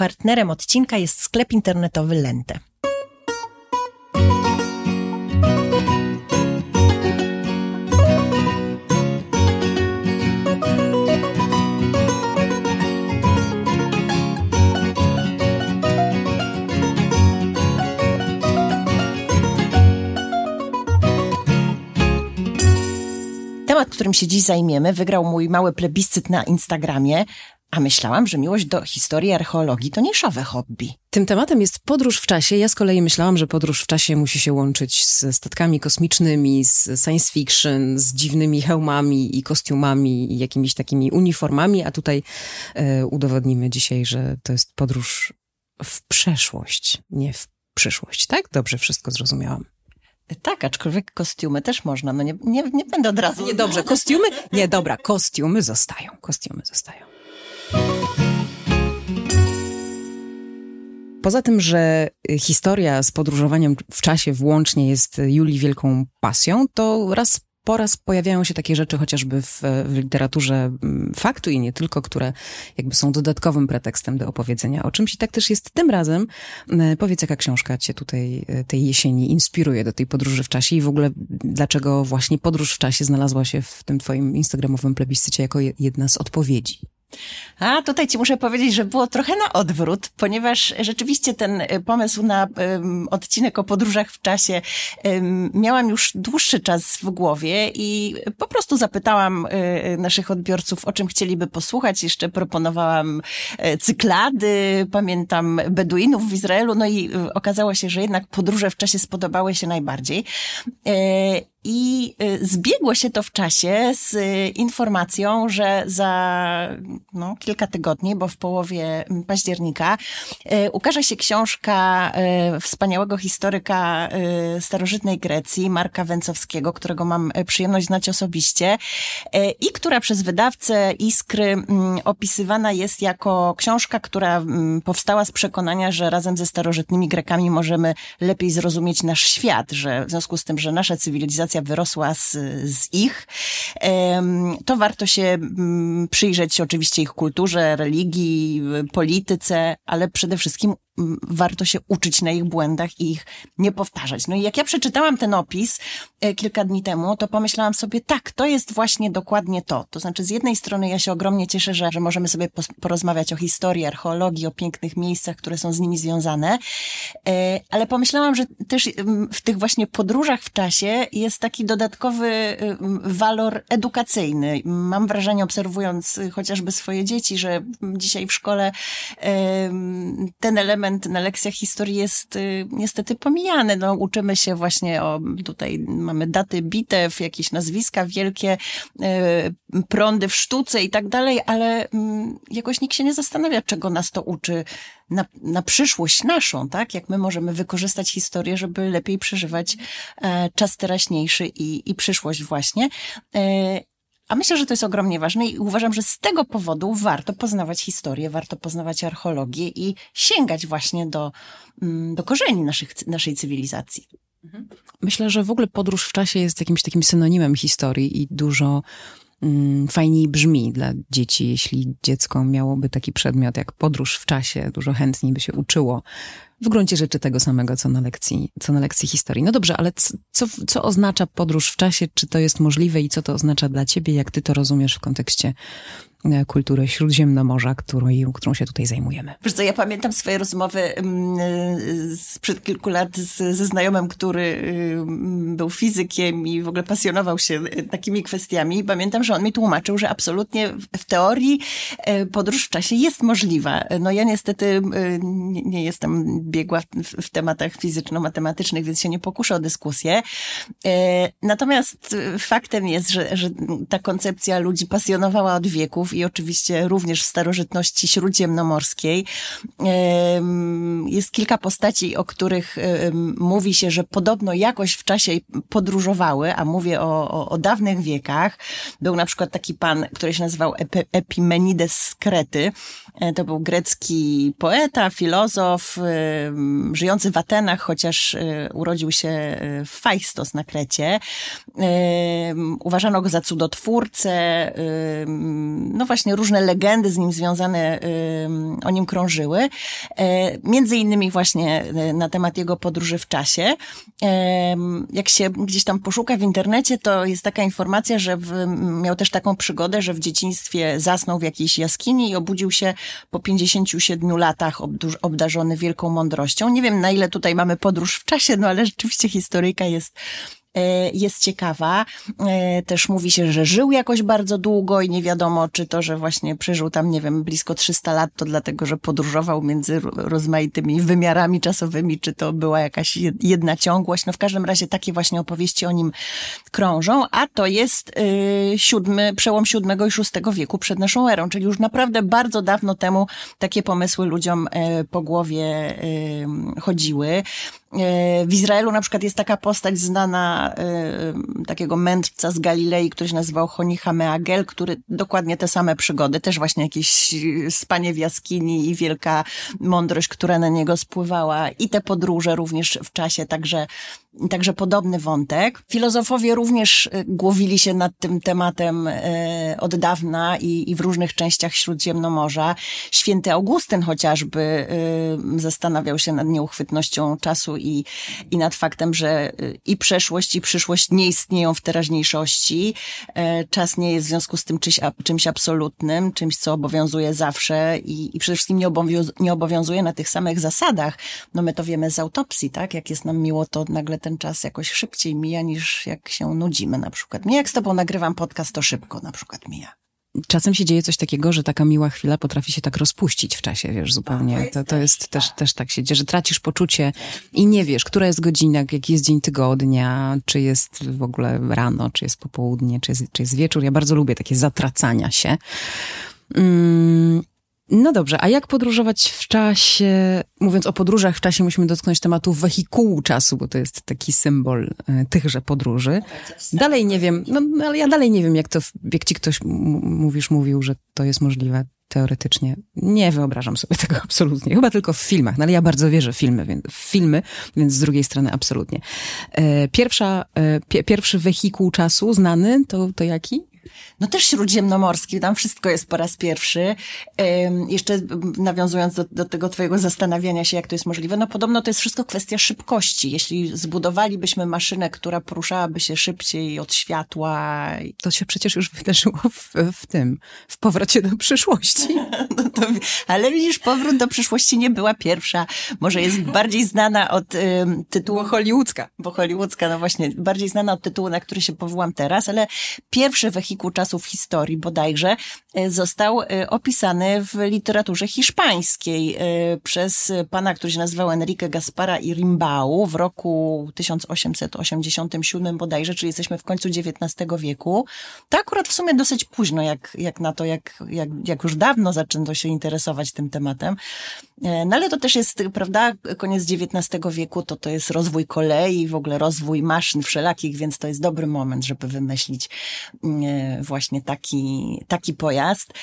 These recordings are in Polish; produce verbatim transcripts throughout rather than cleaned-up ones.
Partnerem odcinka jest sklep internetowy Lente. Temat, którym się dziś zajmiemy, wygrał mój mały plebiscyt na Instagramie, a myślałam, że miłość do historii i archeologii to niszowe hobby. Tym tematem jest podróż w czasie. Ja z kolei myślałam, że podróż w czasie musi się łączyć ze statkami kosmicznymi, z science fiction, z dziwnymi hełmami i kostiumami i jakimiś takimi uniformami, a tutaj e, udowodnimy dzisiaj, że to jest podróż w przeszłość, nie w przyszłość. Tak? Dobrze wszystko zrozumiałam. Tak, aczkolwiek kostiumy też można. No nie, nie, nie będę od razu... Nie, dobrze, kostiumy? Nie, dobra, kostiumy zostają. Kostiumy zostają. Poza tym, że historia z podróżowaniem w czasie włącznie jest Julii wielką pasją, to raz po raz pojawiają się takie rzeczy chociażby w, w literaturze faktu i nie tylko, które jakby są dodatkowym pretekstem do opowiedzenia o czymś. I tak też jest tym razem. Powiedz, jaka książka cię tutaj tej jesieni inspiruje do tej podróży w czasie i w ogóle dlaczego właśnie podróż w czasie znalazła się w tym twoim instagramowym plebiscycie jako jedna z odpowiedzi? A tutaj ci muszę powiedzieć, że było trochę na odwrót, ponieważ rzeczywiście ten pomysł na um, odcinek o podróżach w czasie um, miałam już dłuższy czas w głowie i po prostu zapytałam y, naszych odbiorców, o czym chcieliby posłuchać. Jeszcze proponowałam y, cyklady, pamiętam Beduinów w Izraelu, no i y, okazało się, że jednak podróże w czasie spodobały się najbardziej. Y, I zbiegło się to w czasie z informacją, że za no, kilka tygodni, bo w połowie października, ukaże się książka wspaniałego historyka starożytnej Grecji, Marka Węcowskiego, którego mam przyjemność znać osobiście i która przez wydawcę Iskry opisywana jest jako książka, która powstała z przekonania, że razem ze starożytnymi Grekami możemy lepiej zrozumieć nasz świat, że w związku z tym, że nasza cywilizacja wyrosła z, z ich, to warto się przyjrzeć oczywiście ich kulturze, religii, polityce, ale przede wszystkim warto się uczyć na ich błędach i ich nie powtarzać. No i jak ja przeczytałam ten opis kilka dni temu, to pomyślałam sobie, tak, to jest właśnie dokładnie to. To znaczy z jednej strony ja się ogromnie cieszę, że, że możemy sobie porozmawiać o historii, archeologii, o pięknych miejscach, które są z nimi związane, ale pomyślałam, że też w tych właśnie podróżach w czasie jest taki dodatkowy walor edukacyjny. Mam wrażenie, obserwując chociażby swoje dzieci, że dzisiaj w szkole ten element na lekcjach historii jest y, niestety pomijany. No, uczymy się właśnie o, tutaj mamy daty bitew, jakieś nazwiska wielkie, y, prądy w sztuce i tak dalej, ale y, jakoś nikt się nie zastanawia, czego nas to uczy na, na przyszłość naszą, tak? Jak my możemy wykorzystać historię, żeby lepiej przeżywać e, czas teraźniejszy i, i przyszłość właśnie. E, A myślę, że to jest ogromnie ważne i uważam, że z tego powodu warto poznawać historię, warto poznawać archeologię i sięgać właśnie do, do korzeni naszych, naszej cywilizacji. Myślę, że w ogóle podróż w czasie jest jakimś takim synonimem historii i dużo mm, fajniej brzmi dla dzieci. Jeśli dziecko miałoby taki przedmiot jak podróż w czasie, dużo chętniej by się uczyło w gruncie rzeczy tego samego, co na lekcji, co na lekcji historii. No dobrze, ale co, co oznacza podróż w czasie? Czy to jest możliwe i co to oznacza dla ciebie? Jak ty to rozumiesz w kontekście kultury Śródziemnomorza, którą, którą się tutaj zajmujemy? Wiesz co, ja pamiętam swoje rozmowy sprzed kilku lat z, ze znajomym, który był fizykiem i w ogóle pasjonował się takimi kwestiami. Pamiętam, że on mi tłumaczył, że absolutnie w teorii podróż w czasie jest możliwa. No ja niestety nie, nie jestem biegła w, w tematach fizyczno-matematycznych, więc się nie pokuszę o dyskusję. Natomiast faktem jest, że, że ta koncepcja ludzi pasjonowała od wieków i oczywiście również w starożytności śródziemnomorskiej. Jest kilka postaci, o których mówi się, że podobno jakoś w czasie podróżowały, a mówię o, o, o dawnych wiekach. Był na przykład taki pan, który się nazywał Epimenides z Krety. To był grecki poeta, filozof, żyjący w Atenach, chociaż urodził się w Fajstos na Krecie. Uważano go za cudotwórcę, no no właśnie różne legendy z nim związane o nim krążyły. Między innymi właśnie na temat jego podróży w czasie. Jak się gdzieś tam poszuka w internecie, to jest taka informacja, że w, miał też taką przygodę, że w dzieciństwie zasnął w jakiejś jaskini i obudził się po pięćdziesięciu siedmiu latach obdarzony wielką mądrością. Nie wiem, na ile tutaj mamy podróż w czasie, no ale rzeczywiście historyjka jest jest ciekawa. Też mówi się, że żył jakoś bardzo długo i nie wiadomo, czy to, że właśnie przeżył tam, nie wiem, blisko trzysta lat, to dlatego, że podróżował między rozmaitymi wymiarami czasowymi, czy to była jakaś jedna ciągłość. No w każdym razie takie właśnie opowieści o nim krążą, a to jest yy, siódmy, przełom siódmego i szóstego wieku przed naszą erą, czyli już naprawdę bardzo dawno temu takie pomysły ludziom yy, po głowie yy, chodziły. W Izraelu na przykład jest taka postać znana y, takiego mędrca z Galilei, który się nazywał Honicha Meagel, który dokładnie te same przygody, też właśnie jakieś spanie w jaskini i wielka mądrość, która na niego spływała i te podróże również w czasie, także Także podobny wątek. Filozofowie również głowili się nad tym tematem e, od dawna i, i w różnych częściach Śródziemnomorza. Święty Augustyn chociażby e, zastanawiał się nad nieuchwytnością czasu i, i nad faktem, że i przeszłość, i przyszłość nie istnieją w teraźniejszości. E, czas nie jest w związku z tym czymś, czymś absolutnym, czymś, co obowiązuje zawsze i, i przede wszystkim nie, obowiąz- nie obowiązuje na tych samych zasadach. No my to wiemy z autopsji, tak? Jak jest nam miło, to nagle ten czas jakoś szybciej mija, niż jak się nudzimy na przykład. Mnie jak z tobą nagrywam podcast, to szybko na przykład mija. Czasem się dzieje coś takiego, że taka miła chwila potrafi się tak rozpuścić w czasie, wiesz, zupełnie. To jest, to, to jest też, też tak się dzieje, że tracisz poczucie i nie wiesz, która jest godzina, jaki jest dzień tygodnia, czy jest w ogóle rano, czy jest popołudnie, czy jest, czy jest wieczór. Ja bardzo lubię takie zatracania się. Mm. No dobrze, a jak podróżować w czasie? Mówiąc o podróżach w czasie, musimy dotknąć tematu wehikułu czasu, bo to jest taki symbol y, tychże podróży. Dalej nie wiem, no ale ja dalej nie wiem, jak to, jak ci ktoś m- mówisz, mówił, że to jest możliwe teoretycznie. Nie wyobrażam sobie tego absolutnie. Chyba tylko w filmach, no ale ja bardzo wierzę w filmy, więc, w filmy, więc z drugiej strony absolutnie. E, pierwsza, e, pi- pierwszy wehikuł czasu znany, to, to jaki? No też śródziemnomorski, tam wszystko jest po raz pierwszy. Ym, jeszcze nawiązując do, do tego twojego zastanawiania się, jak to jest możliwe, no podobno to jest wszystko kwestia szybkości. Jeśli zbudowalibyśmy maszynę, która poruszałaby się szybciej od światła... To się przecież już wydarzyło w, w tym, w powrocie do przyszłości. No to, ale widzisz, powrót do przyszłości nie była pierwsza. Może jest bardziej znana od ym, tytułu... Bo hollywoodzka. Bo hollywoodzka, no właśnie, bardziej znana od tytułu, na który się powołam teraz, ale pierwszy wehikuł czasu w historii bodajże został opisany w literaturze hiszpańskiej przez pana, który się nazywał Enrique Gaspara y Rimbau w roku tysiąc osiemset osiemdziesiątym siódmym bodajże, czyli jesteśmy w końcu dziewiętnastego wieku. To akurat w sumie dosyć późno, jak, jak na to, jak, jak, jak już dawno zaczęto się interesować tym tematem. No ale to też jest, prawda, koniec dziewiętnastego wieku, to to jest rozwój kolei, w ogóle rozwój maszyn wszelakich, więc to jest dobry moment, żeby wymyślić właśnie taki, taki pojazd.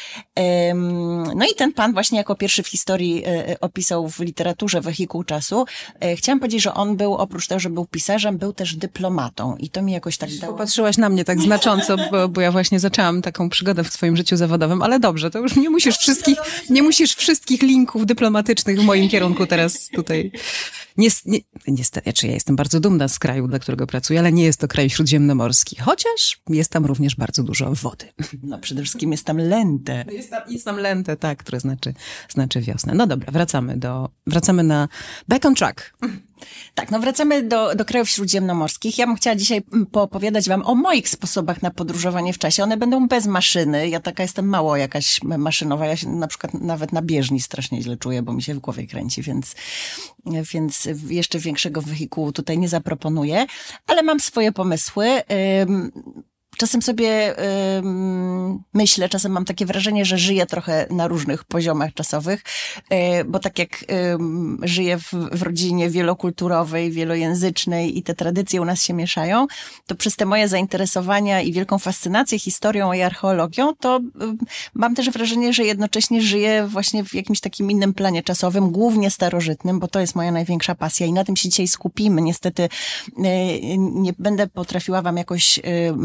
No i ten pan właśnie jako pierwszy w historii opisał w literaturze wehikuł czasu. Chciałam powiedzieć, że on był, oprócz tego, że był pisarzem, był też dyplomatą i to mi jakoś tak dało... Popatrzyłaś na mnie tak znacząco, bo, bo ja właśnie zaczęłam taką przygodę w swoim życiu zawodowym, ale dobrze, to już nie musisz wszystkich, nie musisz wszystkich linków dyplomatycznych w moim kierunku teraz tutaj... Niestety, niestety, czy ja jestem bardzo dumna z kraju, dla którego pracuję, ale nie jest to kraj śródziemnomorski, chociaż jest tam również bardzo dużo wody. No przede wszystkim jest tam lente. Jest tam, jest tam lente, tak, które znaczy, znaczy wiosnę. No dobra, wracamy do, wracamy na back on track. Tak, no wracamy do, do krajów śródziemnomorskich. Ja bym chciała dzisiaj poopowiadać wam o moich sposobach na podróżowanie w czasie. One będą bez maszyny. Ja taka jestem mało jakaś maszynowa. Ja się na przykład nawet na bieżni strasznie źle czuję, bo mi się w głowie kręci, więc, więc jeszcze większego wehikułu tutaj nie zaproponuję. Ale mam swoje pomysły. Czasem sobie ym, myślę, czasem mam takie wrażenie, że żyję trochę na różnych poziomach czasowych, yy, bo tak jak ym, żyję w, w rodzinie wielokulturowej, wielojęzycznej i te tradycje u nas się mieszają, to przez te moje zainteresowania i wielką fascynację historią i archeologią, to ym, mam też wrażenie, że jednocześnie żyję właśnie w jakimś takim innym planie czasowym, głównie starożytnym, bo to jest moja największa pasja i na tym się dzisiaj skupimy. Niestety yy, nie będę potrafiła wam jakoś yy, bardzo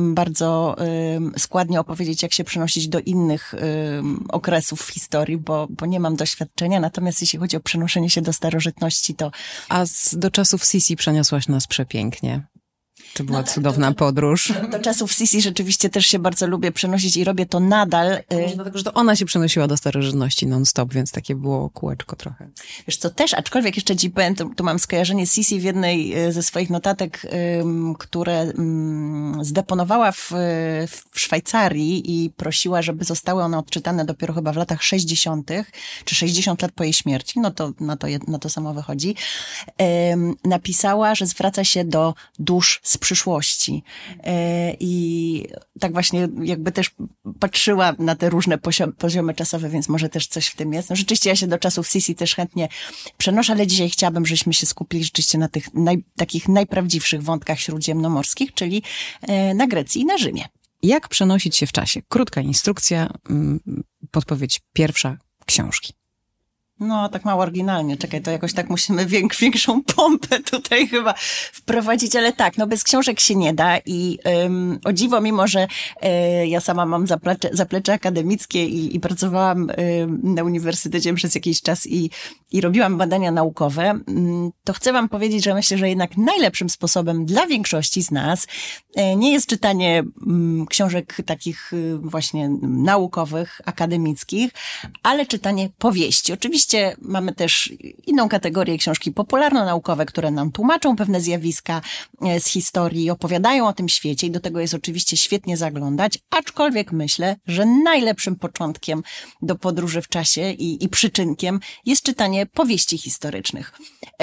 bardzo y, składnie opowiedzieć, jak się przenosić do innych y, okresów w historii, bo, bo nie mam doświadczenia. Natomiast jeśli chodzi o przenoszenie się do starożytności, to... A z, do czasów Sisi przeniosłaś nas przepięknie. To była no tak, cudowna do, podróż. Do, do czasów Sisi rzeczywiście też się bardzo lubię przenosić i robię to nadal. Może dlatego, że to ona się przenosiła do starożytności non-stop, więc takie było kółeczko trochę. Wiesz co, też, aczkolwiek jeszcze ci powiem, tu, tu mam skojarzenie Sisi w jednej ze swoich notatek, um, które um, zdeponowała w, w Szwajcarii i prosiła, żeby zostały one odczytane dopiero chyba w latach sześćdziesiątych, czy sześćdziesiąt lat po jej śmierci, no to na to, na to samo wychodzi. Um, napisała, że zwraca się do dusz z przyszłości. I tak właśnie jakby też patrzyła na te różne poziomy, poziomy czasowe, więc może też coś w tym jest. No rzeczywiście ja się do czasów Sisi też chętnie przenoszę, ale dzisiaj chciałabym, żebyśmy się skupili rzeczywiście na tych naj, takich najprawdziwszych wątkach śródziemnomorskich, czyli na Grecji i na Rzymie. Jak przenosić się w czasie? Krótka instrukcja, podpowiedź pierwsza książki. No, tak mało oryginalnie. Czekaj, to jakoś tak musimy wiek, większą pompę tutaj chyba wprowadzić, ale tak, no bez książek się nie da i um, o dziwo, mimo że e, ja sama mam zaplecze, zaplecze akademickie i, i pracowałam e, na uniwersytecie przez jakiś czas i, i robiłam badania naukowe, m, to chcę wam powiedzieć, że myślę, że jednak najlepszym sposobem dla większości z nas e, nie jest czytanie m, książek takich y, właśnie naukowych, akademickich, ale czytanie powieści. Oczywiście mamy też inną kategorię książki popularno-naukowe, które nam tłumaczą pewne zjawiska z historii, opowiadają o tym świecie i do tego jest oczywiście świetnie zaglądać, aczkolwiek myślę, że najlepszym początkiem do podróży w czasie i, i przyczynkiem jest czytanie powieści historycznych.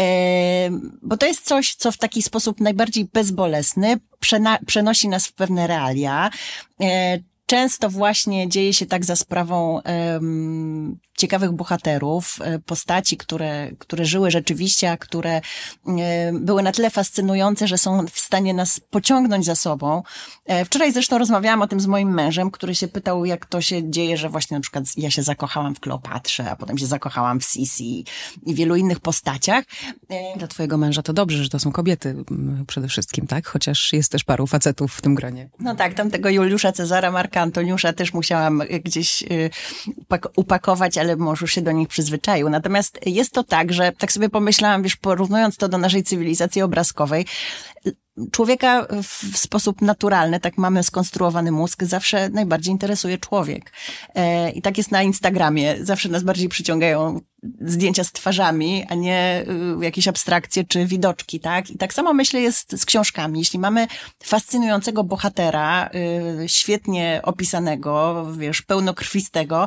E, bo to jest coś, co w taki sposób najbardziej bezbolesny przena- przenosi nas w pewne realia. E, Często właśnie dzieje się tak za sprawą um, ciekawych bohaterów, postaci, które, które żyły rzeczywiście, a które um, były na tyle fascynujące, że są w stanie nas pociągnąć za sobą. E, wczoraj zresztą rozmawiałam o tym z moim mężem, który się pytał, jak to się dzieje, że właśnie na przykład ja się zakochałam w Kleopatrze, a potem się zakochałam w Sisi i wielu innych postaciach. E, Dla twojego męża to dobrze, że to są kobiety przede wszystkim, tak? Chociaż jest też paru facetów w tym gronie. No tak, tam tego Juliusza Cezara, Marka Antoniusza też musiałam gdzieś upakować, ale mąż już się do nich przyzwyczaił. Natomiast jest to tak, że tak sobie pomyślałam, wiesz, porównując to do naszej cywilizacji obrazkowej, człowieka w sposób naturalny, tak mamy skonstruowany mózg, zawsze najbardziej interesuje człowiek. I tak jest na Instagramie. Zawsze nas bardziej przyciągają zdjęcia z twarzami, a nie jakieś abstrakcje czy widoczki, tak? I tak samo myślę jest z książkami. Jeśli mamy fascynującego bohatera, świetnie opisanego, wiesz, pełnokrwistego,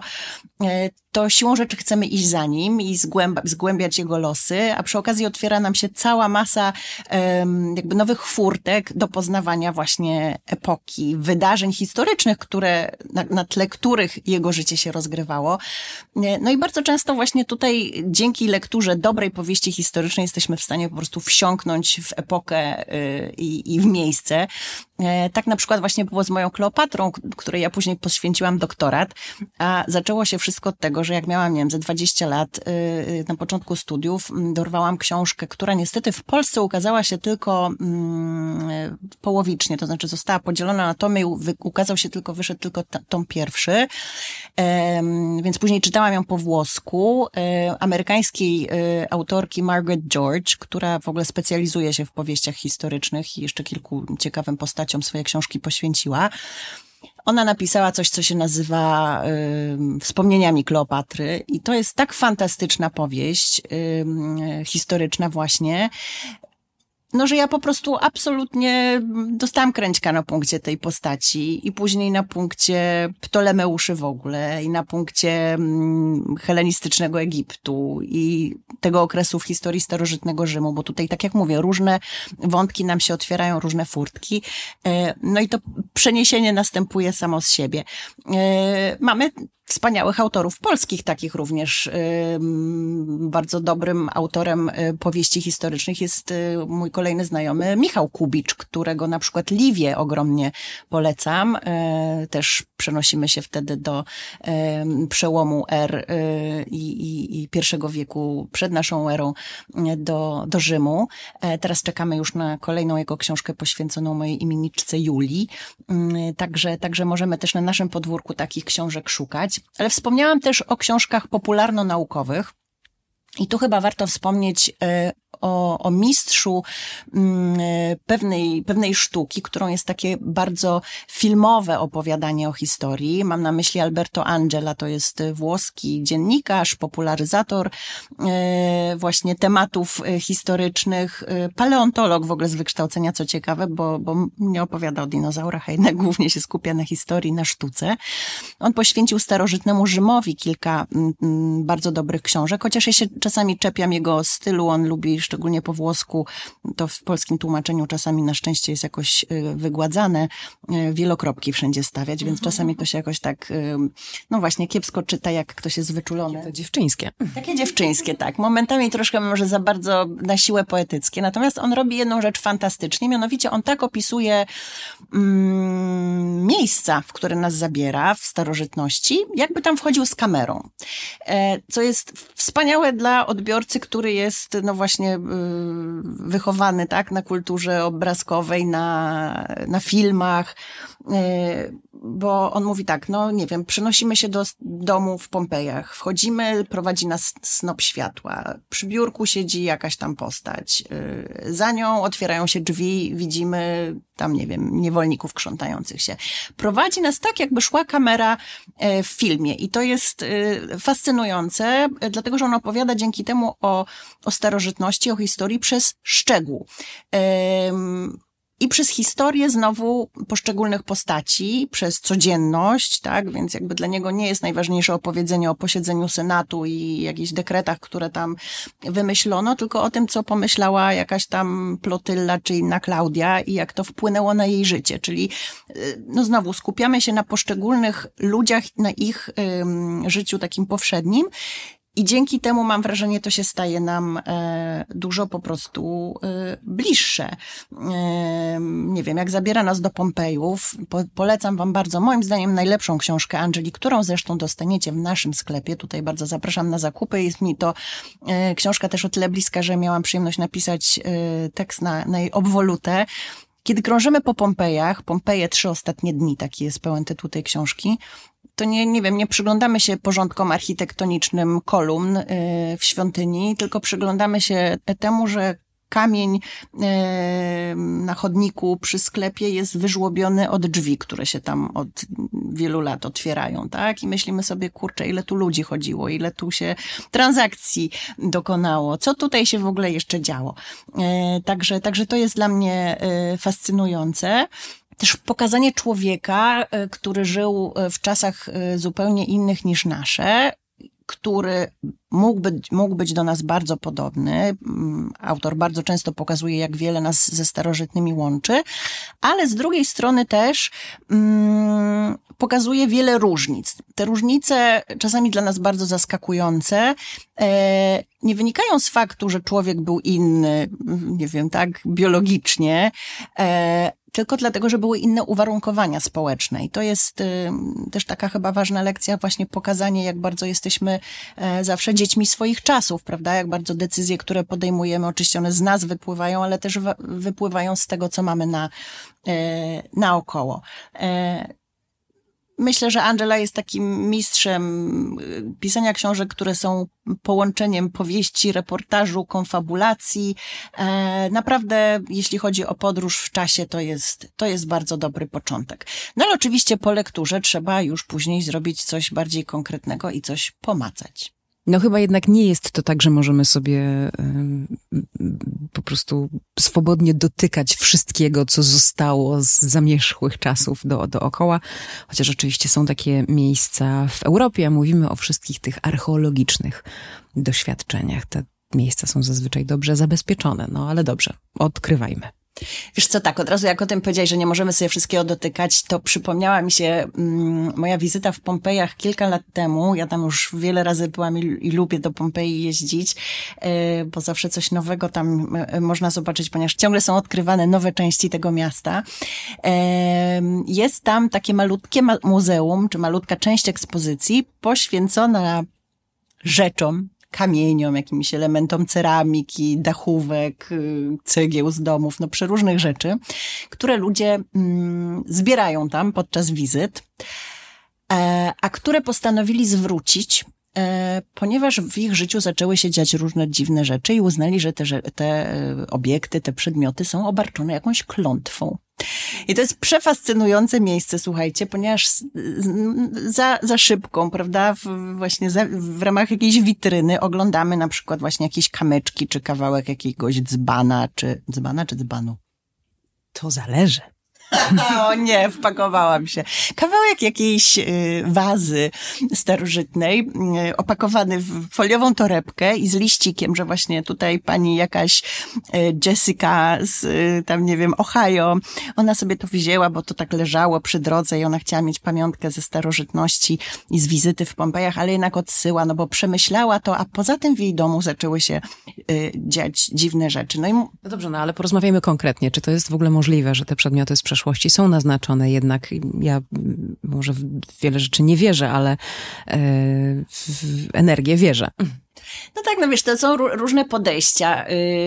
to siłą rzeczy chcemy iść za nim i zgłęba, zgłębiać jego losy, a przy okazji otwiera nam się cała masa jakby nowych furtek do poznawania właśnie epoki, wydarzeń historycznych, które, na, na tle których jego życie się rozgrywało. No i bardzo często właśnie tutaj dzięki lekturze dobrej powieści historycznej jesteśmy w stanie po prostu wsiąknąć w epokę i, i w miejsce. Tak na przykład właśnie było z moją Kleopatrą, której ja później poświęciłam doktorat, a zaczęło się wszystko od tego, że jak miałam, nie wiem, ze dwadzieścia lat, na początku studiów dorwałam książkę, która niestety w Polsce ukazała się tylko połowicznie, to znaczy została podzielona na tomy i ukazał się tylko, wyszedł tylko tom pierwszy, więc później czytałam ją po włosku, amerykańskiej autorki Margaret George, która w ogóle specjalizuje się w powieściach historycznych i jeszcze kilku ciekawym postaciom swoje książki poświęciła. Ona napisała coś, co się nazywa y, Wspomnieniami Kleopatry i to jest tak fantastyczna powieść y, historyczna właśnie, no, że ja po prostu absolutnie dostałam kręćka na punkcie tej postaci i później na punkcie Ptolemeuszy w ogóle i na punkcie mm, helenistycznego Egiptu i tego okresu w historii starożytnego Rzymu, bo tutaj, tak jak mówię, różne wątki nam się otwierają, różne furtki. No i to przeniesienie następuje samo z siebie. Mamy wspaniałych autorów polskich, takich również. Bardzo dobrym autorem powieści historycznych jest mój kolejny znajomy Michał Kubicz, którego na przykład Liwię ogromnie polecam. Też przenosimy się wtedy do przełomu er i, i, i pierwszego wieku przed naszą erą do, do Rzymu. Teraz czekamy już na kolejną jego książkę poświęconą mojej imienniczce Julii. Także, także możemy też na naszym podwórku takich książek szukać. Ale wspomniałam też o książkach popularno-naukowych i tu chyba warto wspomnieć o, o mistrzu pewnej, pewnej sztuki, którą jest takie bardzo filmowe opowiadanie o historii. Mam na myśli Alberto Angela, to jest włoski dziennikarz, popularyzator właśnie tematów historycznych, paleontolog w ogóle z wykształcenia, co ciekawe, bo, bo nie opowiada o dinozaurach, a jednak głównie się skupia na historii, na sztuce. On poświęcił starożytnemu Rzymowi kilka bardzo dobrych książek, chociaż ja się czasami czepiam jego stylu, on lubi szczególnie po włosku, to w polskim tłumaczeniu czasami na szczęście jest jakoś wygładzane, wielokropki wszędzie stawiać, więc czasami to się jakoś tak, no właśnie, kiepsko czyta, jak ktoś jest wyczulony. Takie dziewczyńskie. Takie dziewczyńskie, tak. Momentami troszkę może za bardzo na siłę poetyckie. Natomiast on robi jedną rzecz fantastycznie, mianowicie on tak opisuje mm, miejsca, w które nas zabiera w starożytności, jakby tam wchodził z kamerą. E, co jest wspaniałe dla odbiorcy, który jest, no właśnie, wychowany, tak, na kulturze obrazkowej, na, na filmach, bo on mówi tak, no nie wiem, przenosimy się do domu w Pompejach, wchodzimy, prowadzi nas snop światła, przy biurku siedzi jakaś tam postać, za nią otwierają się drzwi, widzimy tam, nie wiem, niewolników krzątających się. Prowadzi nas tak, jakby szła kamera w filmie i to jest fascynujące, dlatego, że on opowiada dzięki temu o, o starożytności, o historii przez szczegół. I przez historię znowu poszczególnych postaci, przez codzienność, tak, więc jakby dla niego nie jest najważniejsze opowiedzenie o posiedzeniu Senatu i jakichś dekretach, które tam wymyślono, tylko o tym, co pomyślała jakaś tam Plotylla czy inna Klaudia i jak to wpłynęło na jej życie, czyli no znowu skupiamy się na poszczególnych ludziach, na ich ym, życiu takim powszednim. I dzięki temu, mam wrażenie, to się staje nam e, dużo po prostu e, bliższe. E, nie wiem, jak zabiera nas do Pompejów, po, polecam wam bardzo, moim zdaniem, najlepszą książkę Angeli, którą zresztą dostaniecie w naszym sklepie. Tutaj bardzo zapraszam na zakupy. Jest mi to e, książka też o tyle bliska, że miałam przyjemność napisać e, tekst na, na jej obwolutę. Kiedy krążymy po Pompejach, Pompeje trzy ostatnie dni, taki jest pełen tytuł tej książki, to nie, nie wiem, nie przyglądamy się porządkom architektonicznym kolumn y, w świątyni, tylko przyglądamy się temu, że kamień y, na chodniku przy sklepie jest wyżłobiony od drzwi, które się tam od wielu lat otwierają, tak? I myślimy sobie, kurczę, ile tu ludzi chodziło, ile tu się transakcji dokonało, co tutaj się w ogóle jeszcze działo. Y, także, także to jest dla mnie y, fascynujące. Też pokazanie człowieka, który żył w czasach zupełnie innych niż nasze, który mógł być, mógł być do nas bardzo podobny. Autor bardzo często pokazuje, jak wiele nas ze starożytnymi łączy, ale z drugiej strony też mm, pokazuje wiele różnic. Te różnice, czasami dla nas bardzo zaskakujące, e, nie wynikają z faktu, że człowiek był inny, nie wiem, tak, biologicznie, e, tylko dlatego, że były inne uwarunkowania społeczne. I to jest y, też taka chyba ważna lekcja, właśnie pokazanie, jak bardzo jesteśmy e, zawsze dziećmi swoich czasów, prawda? Jak bardzo decyzje, które podejmujemy, oczywiście one z nas wypływają, ale też w, wypływają z tego, co mamy na, e, naokoło. E, Myślę, że Angela jest takim mistrzem pisania książek, które są połączeniem powieści, reportażu, konfabulacji. E, naprawdę, jeśli chodzi o podróż w czasie, to jest, to jest bardzo dobry początek. No ale oczywiście po lekturze trzeba już później zrobić coś bardziej konkretnego i coś pomacać. No chyba jednak nie jest to tak, że możemy sobie y, po prostu swobodnie dotykać wszystkiego, co zostało z zamierzchłych czasów do, dookoła. Chociaż oczywiście są takie miejsca w Europie, a mówimy o wszystkich tych archeologicznych doświadczeniach. Te miejsca są zazwyczaj dobrze zabezpieczone, no ale dobrze, odkrywajmy. Wiesz co, tak, od razu jak o tym powiedziałeś, że nie możemy sobie wszystkiego dotykać, to przypomniała mi się mm, moja wizyta w Pompejach kilka lat temu. Ja tam już wiele razy byłam i, i lubię do Pompeji jeździć, yy, bo zawsze coś nowego tam yy, można zobaczyć, ponieważ ciągle są odkrywane nowe części tego miasta. Yy, jest tam takie malutkie ma- muzeum, czy malutka część ekspozycji poświęcona rzeczom, kamieniom, jakimś elementom ceramiki, dachówek, cegieł z domów, no przeróżnych rzeczy, które ludzie mm, zbierają tam podczas wizyt, e, a które postanowili zwrócić, e, ponieważ w ich życiu zaczęły się dziać różne dziwne rzeczy i uznali, że te, te obiekty, te przedmioty są obarczone jakąś klątwą. I to jest przefascynujące miejsce, słuchajcie, ponieważ za, za szybką, prawda, w, właśnie za, w ramach jakiejś witryny oglądamy na przykład właśnie jakieś kamyczki, czy kawałek jakiegoś dzbana, czy dzbana, czy dzbanu. To zależy. O nie, wpakowałam się. Kawałek jakiejś y, wazy starożytnej, y, opakowany w foliową torebkę i z liścikiem, że właśnie tutaj pani jakaś y, Jessica z y, tam, nie wiem, Ohio, ona sobie to wzięła, bo to tak leżało przy drodze i ona chciała mieć pamiątkę ze starożytności i z wizyty w Pompejach, ale jednak odsyła, no bo przemyślała to, a poza tym w jej domu zaczęły się y, dziać dziwne rzeczy. No i no dobrze, no ale porozmawiajmy konkretnie. Czy to jest w ogóle możliwe, że te przedmioty z przeszłości są naznaczone, jednak ja może w wiele rzeczy nie wierzę, ale w energię wierzę. No tak, no wiesz, to są różne podejścia.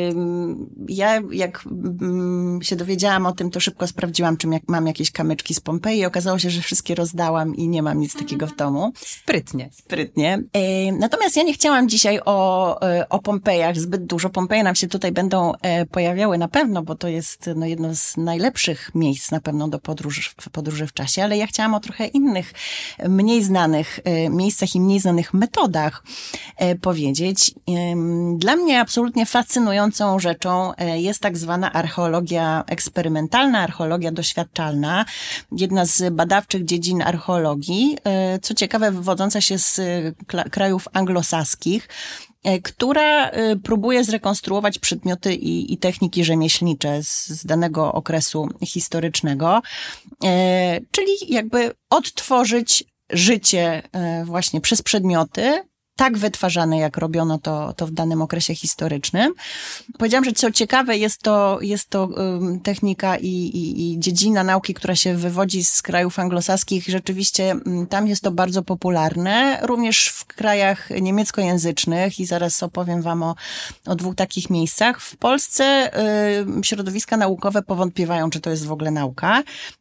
Ja jak się dowiedziałam o tym, to szybko sprawdziłam, czy mam jakieś kamyczki z Pompeji i okazało się, że wszystkie rozdałam i nie mam nic takiego w domu. Sprytnie. Sprytnie. Natomiast ja nie chciałam dzisiaj o, o Pompejach zbyt dużo. Pompeje nam się tutaj będą pojawiały na pewno, bo to jest no, jedno z najlepszych miejsc na pewno do podróży, podróży w czasie, ale ja chciałam o trochę innych, mniej znanych miejscach i mniej znanych metodach powiedzieć. Dla mnie absolutnie fascynującą rzeczą jest tak zwana archeologia eksperymentalna, archeologia doświadczalna. Jedna z badawczych dziedzin archeologii, co ciekawe, wywodząca się z krajów anglosaskich, która próbuje zrekonstruować przedmioty i, i techniki rzemieślnicze z, z danego okresu historycznego, czyli jakby odtworzyć życie właśnie przez przedmioty, tak wytwarzane, jak robiono to, to w danym okresie historycznym. Powiedziałam, że co ciekawe, jest to, jest to um, technika i, i, i dziedzina nauki, która się wywodzi z krajów anglosaskich. Rzeczywiście um, tam jest to bardzo popularne, również w krajach niemieckojęzycznych i zaraz opowiem wam o, o dwóch takich miejscach. W Polsce um, środowiska naukowe powątpiewają, czy to jest w ogóle nauka.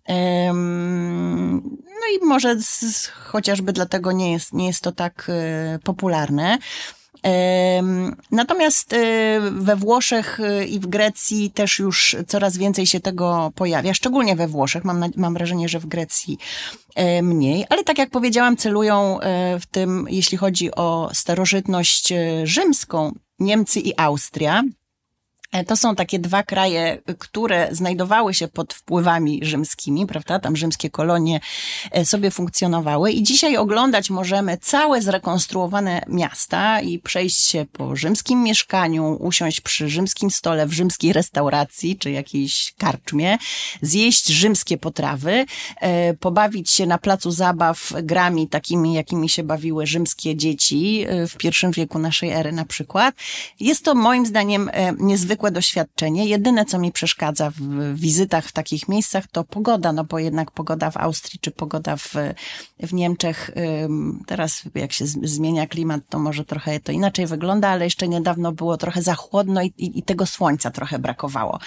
Um, no i może z, chociażby dlatego nie jest, nie jest to tak um, popularne. popularne. Natomiast we Włoszech i w Grecji też już coraz więcej się tego pojawia, szczególnie we Włoszech. Mam, mam wrażenie, że w Grecji mniej, ale tak jak powiedziałam, celują w tym, jeśli chodzi o starożytność rzymską, Niemcy i Austria. To są takie dwa kraje, które znajdowały się pod wpływami rzymskimi, prawda? Tam rzymskie kolonie sobie funkcjonowały i dzisiaj oglądać możemy całe zrekonstruowane miasta i przejść się po rzymskim mieszkaniu, usiąść przy rzymskim stole w rzymskiej restauracji czy jakiejś karczmie, zjeść rzymskie potrawy, pobawić się na placu zabaw grami takimi, jakimi się bawiły rzymskie dzieci w pierwszym wieku naszej ery na przykład. Jest to moim zdaniem niezwykłe doświadczenie. Jedyne, co mi przeszkadza w wizytach w takich miejscach, to pogoda, no bo jednak pogoda w Austrii czy pogoda w, w Niemczech, teraz jak się zmienia klimat, to może trochę to inaczej wygląda, ale jeszcze niedawno było trochę za chłodno i, i, i tego słońca trochę brakowało.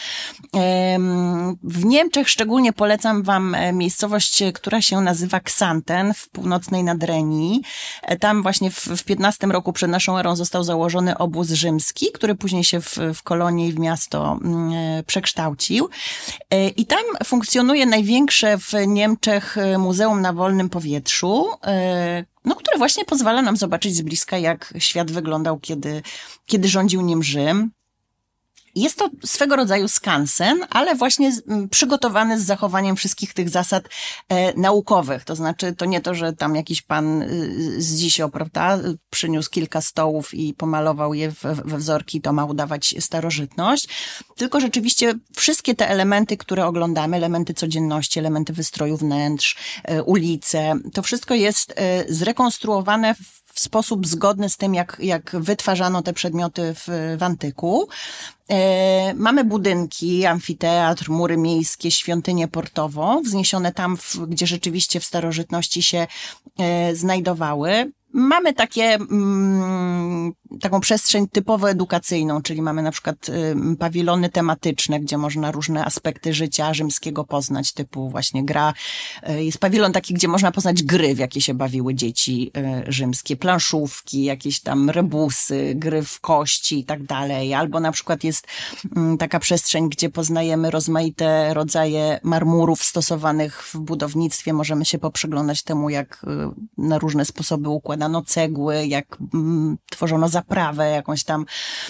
W Niemczech szczególnie polecam wam miejscowość, która się nazywa Xanten w północnej Nadrenii. Tam właśnie w, w piętnastym roku przed naszą erą został założony obóz rzymski, który później się w, w kolonii i w miasto przekształcił. I tam funkcjonuje największe w Niemczech Muzeum na Wolnym Powietrzu, no, które właśnie pozwala nam zobaczyć z bliska, jak świat wyglądał, kiedy, kiedy rządził nim Rzym. Jest to swego rodzaju skansen, ale właśnie przygotowany z zachowaniem wszystkich tych zasad e, naukowych. To znaczy, to nie to, że tam jakiś pan z dzisio, prawda, przyniósł kilka stołów i pomalował je w, we wzorki, to ma udawać starożytność, tylko rzeczywiście wszystkie te elementy, które oglądamy, elementy codzienności, elementy wystroju wnętrz, e, ulice, to wszystko jest e, zrekonstruowane w w sposób zgodny z tym, jak, jak wytwarzano te przedmioty w, w antyku. E, mamy budynki, amfiteatr, mury miejskie, świątynię portową, wzniesione tam, w, gdzie rzeczywiście w starożytności się e, znajdowały. Mamy takie, mm, taką przestrzeń typowo edukacyjną, czyli mamy na przykład y, pawilony tematyczne, gdzie można różne aspekty życia rzymskiego poznać, typu właśnie gra. Y, jest pawilon taki, gdzie można poznać gry, w jakie się bawiły dzieci y, rzymskie, planszówki, jakieś tam rebusy, gry w kości i tak dalej. Albo na przykład jest y, taka przestrzeń, gdzie poznajemy rozmaite rodzaje marmurów stosowanych w budownictwie. Możemy się poprzyglądać temu, jak y, na różne sposoby układano cegły, jak mm, tworzono zaprawę jakąś tam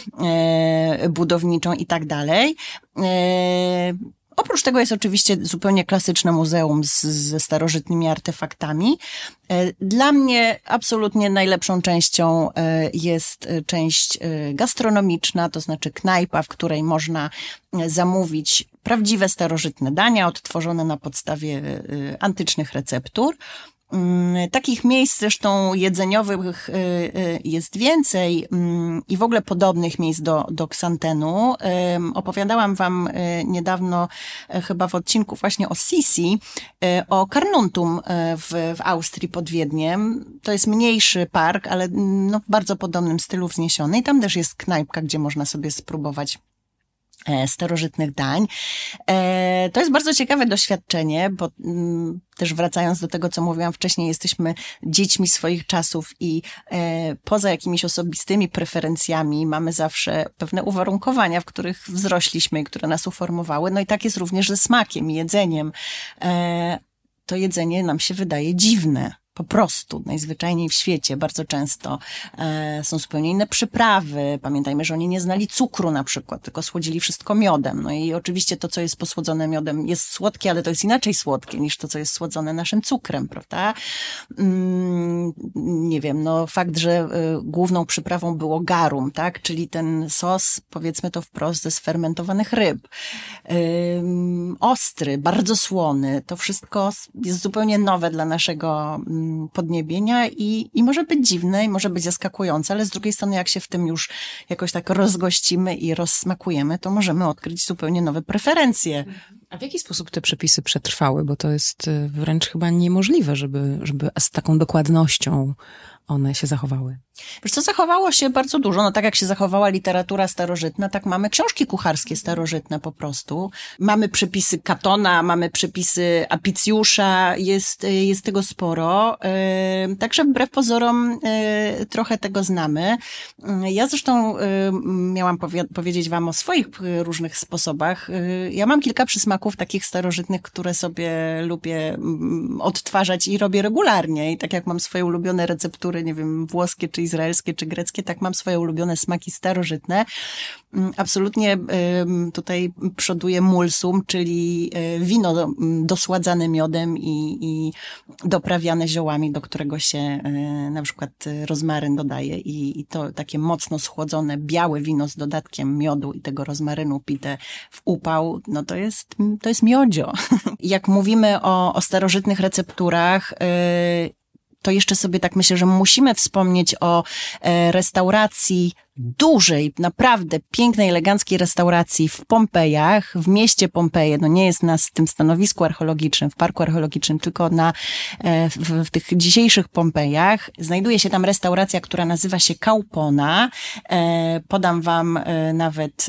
e, budowniczą i tak dalej. E, oprócz tego jest oczywiście zupełnie klasyczne muzeum z, ze starożytnymi artefaktami. E, dla mnie absolutnie najlepszą częścią e, jest część e, gastronomiczna, to znaczy knajpa, w której można zamówić prawdziwe starożytne dania odtworzone na podstawie e, antycznych receptur. Takich miejsc zresztą jedzeniowych jest więcej i w ogóle podobnych miejsc do, do Ksantenu. Opowiadałam wam niedawno, chyba w odcinku właśnie o Sisi, o Carnuntum w, w Austrii pod Wiedniem. To jest mniejszy park, ale no w bardzo podobnym stylu wzniesiony i tam też jest knajpka, gdzie można sobie spróbować starożytnych dań. To jest bardzo ciekawe doświadczenie, bo też wracając do tego, co mówiłam wcześniej, jesteśmy dziećmi swoich czasów i poza jakimiś osobistymi preferencjami mamy zawsze pewne uwarunkowania, w których wzrośliśmy i które nas uformowały. No i tak jest również ze smakiem i jedzeniem. To jedzenie nam się wydaje dziwne. Po prostu, najzwyczajniej w świecie. Bardzo często e, są zupełnie inne przyprawy. Pamiętajmy, że oni nie znali cukru na przykład, tylko słodzili wszystko miodem. No i oczywiście to, co jest posłodzone miodem, jest słodkie, ale to jest inaczej słodkie niż to, co jest słodzone naszym cukrem, prawda? Mm, nie wiem, no fakt, że y, główną przyprawą było garum, tak? Czyli ten sos, powiedzmy to wprost, ze sfermentowanych ryb. Y, ostry, bardzo słony. To wszystko jest zupełnie nowe dla naszego podniebienia i, i może być dziwne i może być zaskakujące, ale z drugiej strony jak się w tym już jakoś tak rozgościmy i rozsmakujemy, to możemy odkryć zupełnie nowe preferencje. A w jaki sposób te przepisy przetrwały? Bo to jest wręcz chyba niemożliwe, żeby, żeby z taką dokładnością one się zachowały. Wiesz co, zachowało się bardzo dużo. No tak jak się zachowała literatura starożytna, tak mamy książki kucharskie starożytne po prostu. Mamy przepisy Katona, mamy przepisy Apicjusza, jest, jest tego sporo. Także wbrew pozorom trochę tego znamy. Ja zresztą miałam powie- powiedzieć wam o swoich różnych sposobach. Ja mam kilka przysmaków takich starożytnych, które sobie lubię odtwarzać i robię regularnie. I tak jak mam swoje ulubione receptury, nie wiem, włoskie czy izraelskie czy greckie, tak mam swoje ulubione smaki starożytne. Absolutnie tutaj przoduje mulsum, czyli wino dosładzane miodem i, i doprawiane ziołami, do którego się na przykład rozmaryn dodaje i, i to takie mocno schłodzone białe wino z dodatkiem miodu i tego rozmarynu pite w upał, no to jest, to jest miodzio. Jak mówimy o, o starożytnych recepturach, to jeszcze sobie tak myślę, że musimy wspomnieć o restauracji dużej, naprawdę pięknej, eleganckiej restauracji w Pompejach, w mieście Pompeje. No nie jest na tym stanowisku archeologicznym, w parku archeologicznym, tylko na, w, w tych dzisiejszych Pompejach. Znajduje się tam restauracja, która nazywa się Kaupona. Podam wam nawet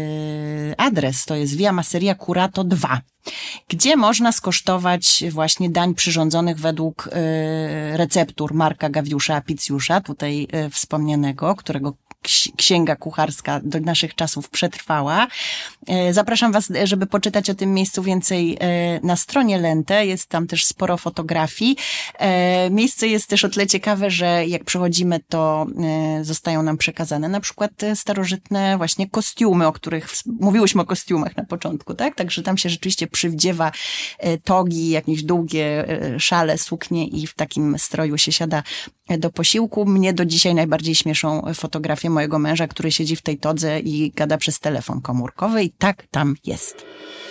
adres. To jest Via Masseria Curato dwa. Gdzie można skosztować właśnie dań przyrządzonych według receptur Marka Gawiusza Apicjusza, tutaj wspomnianego, którego księga kucharska do naszych czasów przetrwała. Zapraszam was, żeby poczytać o tym miejscu więcej na stronie Lente. Jest tam też sporo fotografii. Miejsce jest też o tyle ciekawe, że jak przychodzimy, to zostają nam przekazane na przykład starożytne właśnie kostiumy, o których mówiłyśmy o kostiumach na początku, tak? Także tam się rzeczywiście przywdziewa togi, jakieś długie szale, suknie i w takim stroju się siada do posiłku. Mnie do dzisiaj najbardziej śmieszą fotografie mojego męża, który siedzi w tej todze i gada przez telefon komórkowy i tak tam jest.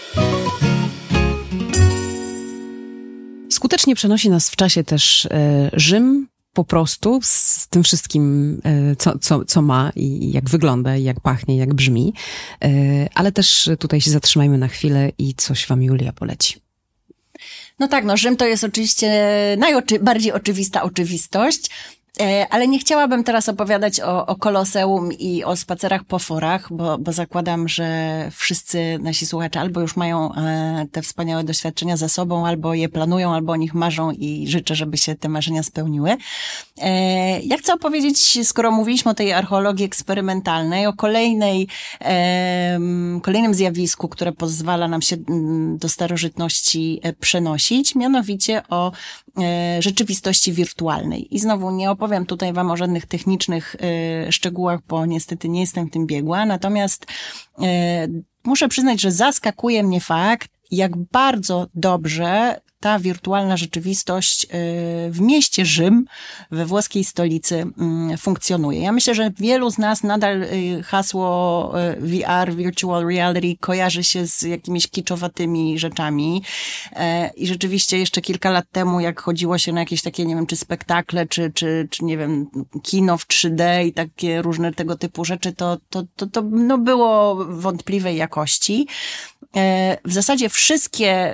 Skutecznie przenosi nas w czasie też e, Rzym, po prostu z tym wszystkim, e, co, co, co ma i jak wygląda, i jak pachnie, jak brzmi. E, ale też tutaj się zatrzymajmy na chwilę i coś wam Julia poleci. No tak, no Rzym to jest oczywiście najbardziej oczywista oczywistość, ale nie chciałabym teraz opowiadać o, o Koloseum i o spacerach po forach, bo, bo zakładam, że wszyscy nasi słuchacze albo już mają te wspaniałe doświadczenia za sobą, albo je planują, albo o nich marzą i życzę, żeby się te marzenia spełniły. Ja chcę opowiedzieć, skoro mówiliśmy o tej archeologii eksperymentalnej, o kolejnej, kolejnym zjawisku, które pozwala nam się do starożytności przenosić, mianowicie o rzeczywistości wirtualnej. I znowu nie opowiem tutaj wam o żadnych technicznych y, szczegółach, bo niestety nie jestem w tym biegła, natomiast y, muszę przyznać, że zaskakuje mnie fakt, jak bardzo dobrze ta wirtualna rzeczywistość w mieście Rzym, we włoskiej stolicy funkcjonuje. Ja myślę, że wielu z nas nadal hasło V R, Virtual Reality, kojarzy się z jakimiś kiczowatymi rzeczami i rzeczywiście jeszcze kilka lat temu, jak chodziło się na jakieś takie, nie wiem, czy spektakle, czy, czy, czy nie wiem, kino w trzy D i takie różne tego typu rzeczy, to, to, to, to no było wątpliwej jakości. W zasadzie wszystkie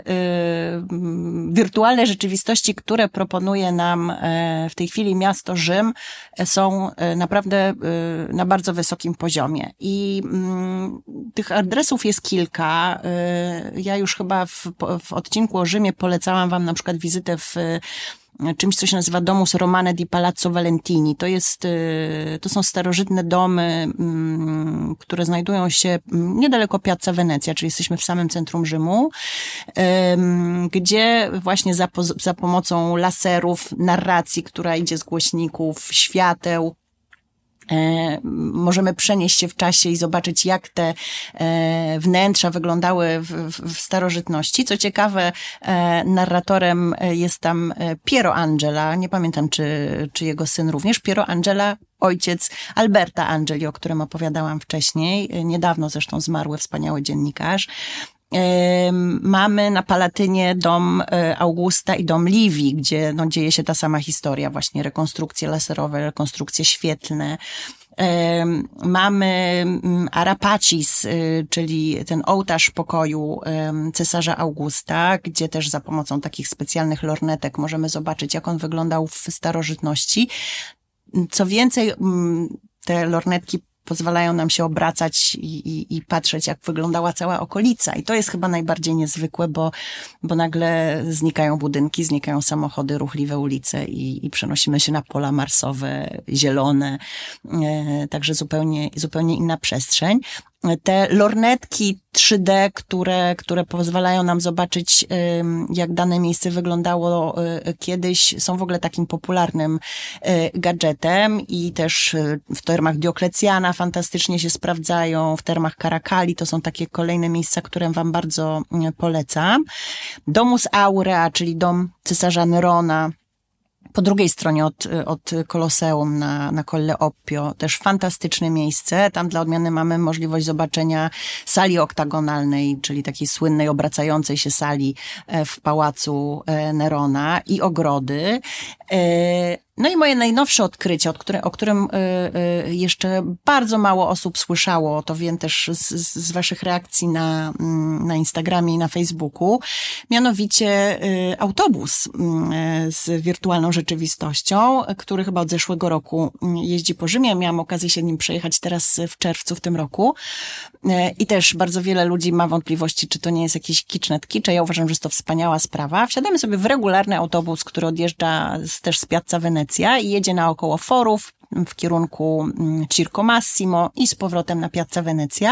wirtualne rzeczywistości, które proponuje nam w tej chwili miasto Rzym, są naprawdę na bardzo wysokim poziomie. I tych adresów jest kilka. Ja już chyba w, w odcinku o Rzymie polecałam wam na przykład wizytę w czymś, co się nazywa Domus Romane di Palazzo Valentini. To jest, to są starożytne domy, które znajdują się niedaleko Piazza Venezia, czyli jesteśmy w samym centrum Rzymu, gdzie właśnie za, za pomocą laserów, narracji, która idzie z głośników, świateł, możemy przenieść się w czasie i zobaczyć, jak te wnętrza wyglądały w, w, w starożytności. Co ciekawe, narratorem jest tam Piero Angela, nie pamiętam, czy, czy jego syn również, Piero Angela, ojciec Alberta Angeli, o którym opowiadałam wcześniej, niedawno zresztą zmarły wspaniały dziennikarz. Mamy na Palatynie dom Augusta i dom Livii, gdzie no, dzieje się ta sama historia, właśnie rekonstrukcje laserowe, rekonstrukcje świetlne. Mamy Arapacis, czyli ten ołtarz pokoju cesarza Augusta, gdzie też za pomocą takich specjalnych lornetek możemy zobaczyć, jak on wyglądał w starożytności. Co więcej, te lornetki pozwalają nam się obracać i, i, i patrzeć, jak wyglądała cała okolica. I to jest chyba najbardziej niezwykłe, bo, bo nagle znikają budynki, znikają samochody, ruchliwe ulice i, i przenosimy się na pola marsowe, zielone, e, także zupełnie, zupełnie inna przestrzeń. Te lornetki trzy D, które, które pozwalają nam zobaczyć, jak dane miejsce wyglądało kiedyś, są w ogóle takim popularnym gadżetem i też w termach Dioklecjana fantastycznie się sprawdzają, w termach Karakali, to są takie kolejne miejsca, które wam bardzo polecam. Domus Aurea, czyli dom cesarza Nerona, po drugiej stronie od, od Koloseum na, na Colle Oppio, też fantastyczne miejsce. Tam dla odmiany mamy możliwość zobaczenia sali oktagonalnej, czyli takiej słynnej, obracającej się sali w pałacu Nerona i ogrody. No i moje najnowsze odkrycie, od które, o którym y, y, jeszcze bardzo mało osób słyszało, to wiem też z, z waszych reakcji na, na Instagramie i na Facebooku, mianowicie y, autobus y, z wirtualną rzeczywistością, który chyba od zeszłego roku jeździ po Rzymie. Miałam okazję się nim przejechać teraz w czerwcu w tym roku y, i też bardzo wiele ludzi ma wątpliwości, czy to nie jest jakiś kicz nad kicze. Ja uważam, że jest to wspaniała sprawa. Wsiadamy sobie w regularny autobus, który odjeżdża z, też z Piazza Venezia i jedzie naokoło forów, w kierunku Circo Massimo i z powrotem na Piazza Venezia.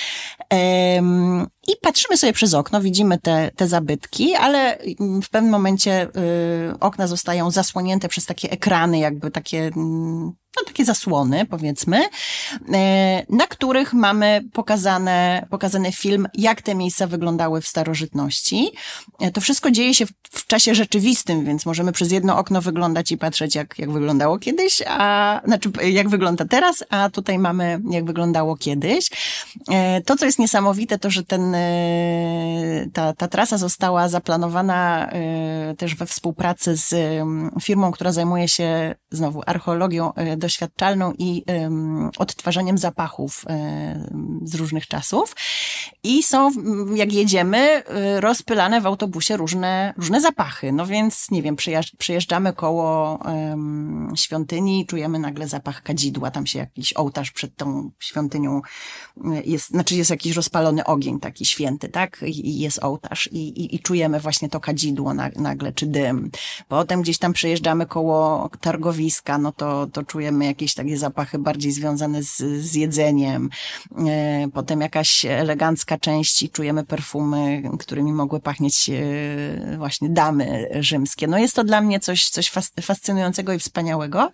I patrzymy sobie przez okno, widzimy te, te zabytki, ale w pewnym momencie okna zostają zasłonięte przez takie ekrany, jakby takie, no takie zasłony, powiedzmy, na których mamy pokazane, pokazany film, jak te miejsca wyglądały w starożytności. To wszystko dzieje się w, w czasie rzeczywistym, więc możemy przez jedno okno wyglądać i patrzeć, jak, jak wyglądało kiedyś, a, znaczy, jak wygląda teraz, a tutaj mamy, jak wyglądało kiedyś. To, co jest niesamowite, to, że ten, ta, ta trasa została zaplanowana też we współpracy z firmą, która zajmuje się znowu archeologią doświadczalną i um, odtwarzaniem zapachów um, z różnych czasów. I są, jak jedziemy, rozpylane w autobusie różne, różne zapachy. No więc, nie wiem, przyjeżdżamy koło um, świątyni, czujemy nagle zapach kadzidła. Tam się jakiś ołtarz przed tą świątynią jest, znaczy jest jakiś rozpalony ogień taki święty, tak? I jest ołtarz i, i, i czujemy właśnie to kadzidło nagle, czy dym. Potem gdzieś tam przejeżdżamy koło targowiska, no to, to czujemy jakieś takie zapachy bardziej związane z, z jedzeniem. Potem jakaś elegancka część i czujemy perfumy, którymi mogły pachnieć właśnie damy rzymskie. No jest to dla mnie coś, coś fascynującego i wspaniałego.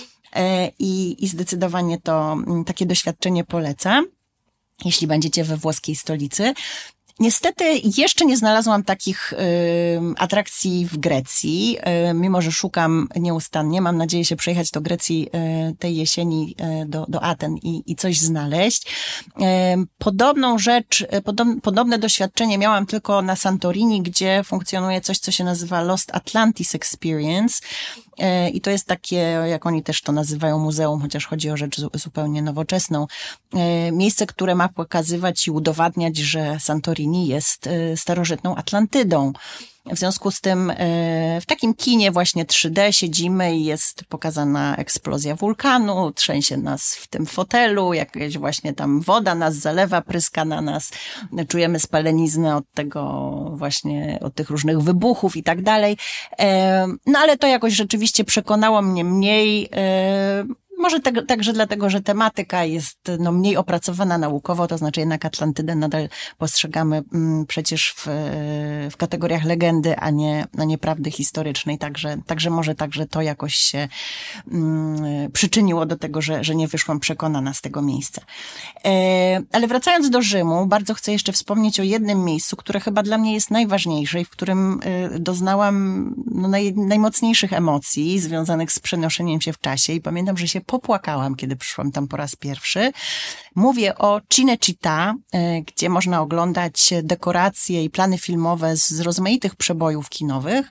I, i zdecydowanie to takie doświadczenie polecam, jeśli będziecie we włoskiej stolicy. Niestety jeszcze nie znalazłam takich y, atrakcji w Grecji, y, mimo że szukam nieustannie. Mam nadzieję się przejechać do Grecji y, tej jesieni y, do, do Aten i, i coś znaleźć. Y, podobną rzecz, y, podob, podobne doświadczenie miałam tylko na Santorini, gdzie funkcjonuje coś, co się nazywa Lost Atlantis Experience. I to jest takie, jak oni też to nazywają, muzeum, chociaż chodzi o rzecz zupełnie nowoczesną. Miejsce, które ma pokazywać i udowadniać, że Santorini jest starożytną Atlantydą. W związku z tym w takim kinie właśnie trzy D siedzimy i jest pokazana eksplozja wulkanu, trzęsie nas w tym fotelu, jakaś właśnie tam woda nas zalewa, pryska na nas, czujemy spaleniznę od tego właśnie, od tych różnych wybuchów i tak dalej. No ale to jakoś rzeczywiście przekonało mnie mniej. Może te, także dlatego, że tematyka jest no, mniej opracowana naukowo, to znaczy jednak Atlantydę nadal postrzegamy m, przecież w, w kategoriach legendy, a nie, a nie prawdy historycznej. Także, także może także to jakoś się m, przyczyniło do tego, że, że nie wyszłam przekonana z tego miejsca. E, ale wracając do Rzymu, bardzo chcę jeszcze wspomnieć o jednym miejscu, które chyba dla mnie jest najważniejsze i w którym y, doznałam no, naj, najmocniejszych emocji związanych z przenoszeniem się w czasie i pamiętam, że się popłakałam, kiedy przyszłam tam po raz pierwszy. Mówię o Cinecittà, gdzie można oglądać dekoracje i plany filmowe z rozmaitych przebojów kinowych.